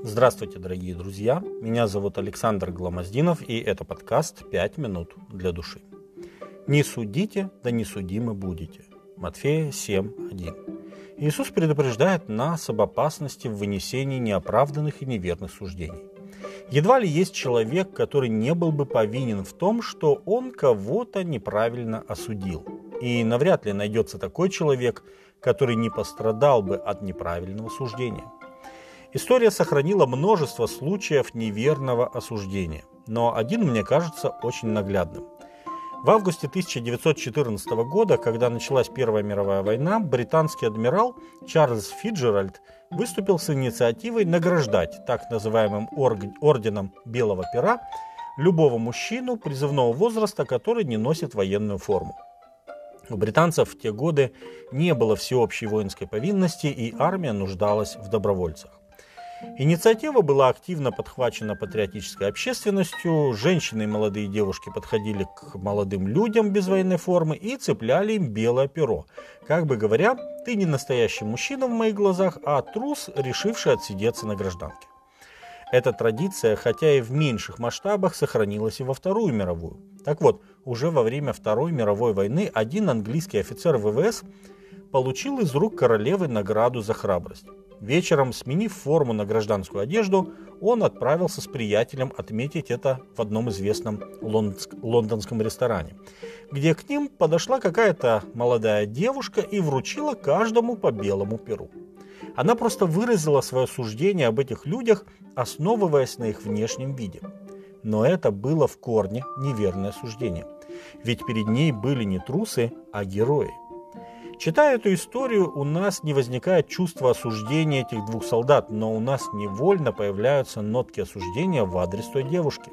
Здравствуйте, дорогие друзья! Меня зовут Александр Гломоздинов, и это подкаст «5 минут для души». «Не судите, да не судимы будете». Матфея 7:1. Иисус предупреждает нас об опасности в вынесении неоправданных и неверных суждений. Едва ли есть человек, который не был бы повинен в том, что он кого-то неправильно осудил. И навряд ли найдется такой человек, который не пострадал бы от неправильного суждения. История сохранила множество случаев неверного осуждения, но один мне кажется очень наглядным. В августе 1914 года, когда началась Первая мировая война, британский адмирал Чарльз Фицджеральд выступил с инициативой награждать так называемым орденом Белого пера любого мужчину призывного возраста, который не носит военную форму. У британцев в те годы не было всеобщей воинской повинности, и армия нуждалась в добровольцах. Инициатива была активно подхвачена патриотической общественностью, женщины и молодые девушки подходили к молодым людям без военной формы и цепляли им белое перо, как бы говоря, ты не настоящий мужчина в моих глазах, а трус, решивший отсидеться на гражданке. Эта традиция, хотя и в меньших масштабах, сохранилась и во Вторую мировую. Так вот, уже во время Второй мировой войны один английский офицер ВВС получил из рук королевы награду за храбрость. Вечером, сменив форму на гражданскую одежду, он отправился с приятелем отметить это в одном известном лондонском ресторане, где к ним подошла какая-то молодая девушка и вручила каждому по белому перу. Она просто выразила свое суждение об этих людях, основываясь на их внешнем виде. Но это было в корне неверное суждение, ведь перед ней были не трусы, а герои. Читая эту историю, у нас не возникает чувства осуждения этих двух солдат, но у нас невольно появляются нотки осуждения в адрес той девушки.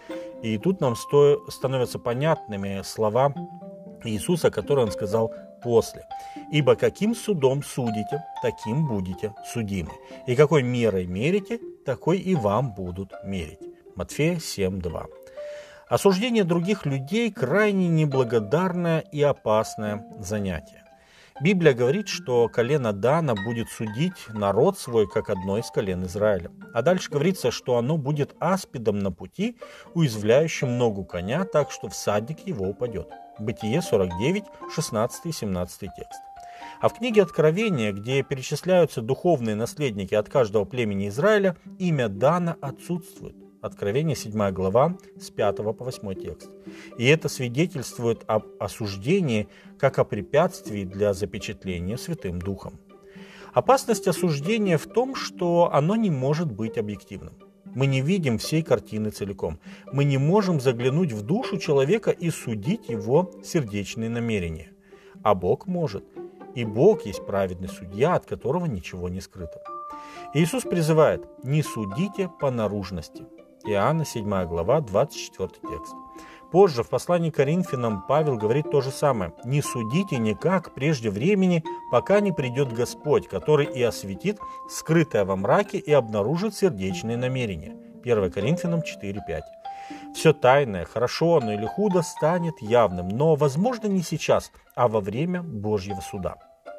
И тут нам становятся понятными слова Иисуса, которые он сказал после. «Ибо каким судом судите, таким будете судимы. И какой мерой мерите, такой и вам будут мерить». Матфея 7:2. Осуждение других людей – крайне неблагодарное и опасное занятие. Библия говорит, что колено Дана будет судить народ свой, как одно из колен Израиля. А дальше говорится, что оно будет аспидом на пути, уязвляющим ногу коня, так что всадник его упадет. Бытие 49, 16 и 17 текст. А в книге Откровения, где перечисляются духовные наследники от каждого племени Израиля, имя Дана отсутствует. Откровение 7 глава с 5 по 8 текст. И это свидетельствует об осуждении как о препятствии для запечатления Святым Духом. Опасность осуждения в том, что оно не может быть объективным. Мы не видим всей картины целиком. Мы не можем заглянуть в душу человека и судить его сердечные намерения. А Бог может. И Бог есть праведный судья, от которого ничего не скрыто. Иисус призывает: «Не судите по наружности». Иоанна 7 глава, 24 текст. Позже в послании к Коринфянам Павел говорит то же самое. «Не судите никак прежде времени, пока не придет Господь, который и осветит скрытое во мраке и обнаружит сердечные намерения». 1 Коринфянам 4:5. Все тайное, хорошо оно или худо, станет явным, но, возможно, не сейчас, а во время Божьего суда.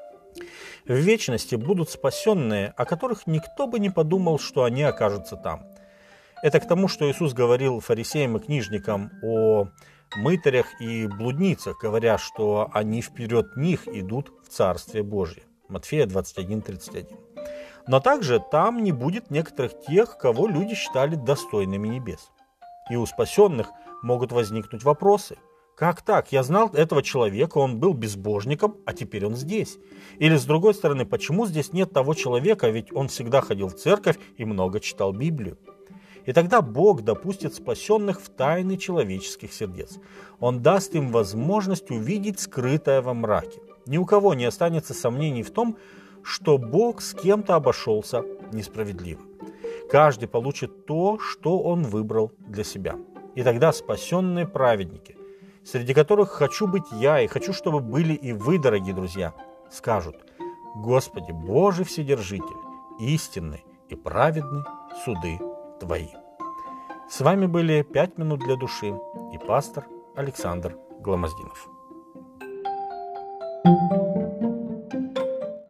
В вечности будут спасенные, о которых никто бы не подумал, что они окажутся там. Это к тому, что Иисус говорил фарисеям и книжникам о мытарях и блудницах, говоря, что они вперед них идут в Царствие Божье. Матфея 21:31. Но также там не будет некоторых тех, кого люди считали достойными небес. И у спасенных могут возникнуть вопросы. Как так? Я знал этого человека, он был безбожником, а теперь он здесь. Или, с другой стороны, почему здесь нет того человека, ведь он всегда ходил в церковь и много читал Библию? И тогда Бог допустит спасенных в тайны человеческих сердец. Он даст им возможность увидеть скрытое во мраке. Ни у кого не останется сомнений в том, что Бог с кем-то обошелся несправедливо. Каждый получит то, что он выбрал для себя. И тогда спасенные праведники, среди которых хочу быть я и хочу, чтобы были и вы, дорогие друзья, скажут: «Господи, Боже Вседержитель, истинны и праведны суды Твои». С вами были 5 минут для души и пастор Александр Гломоздинов.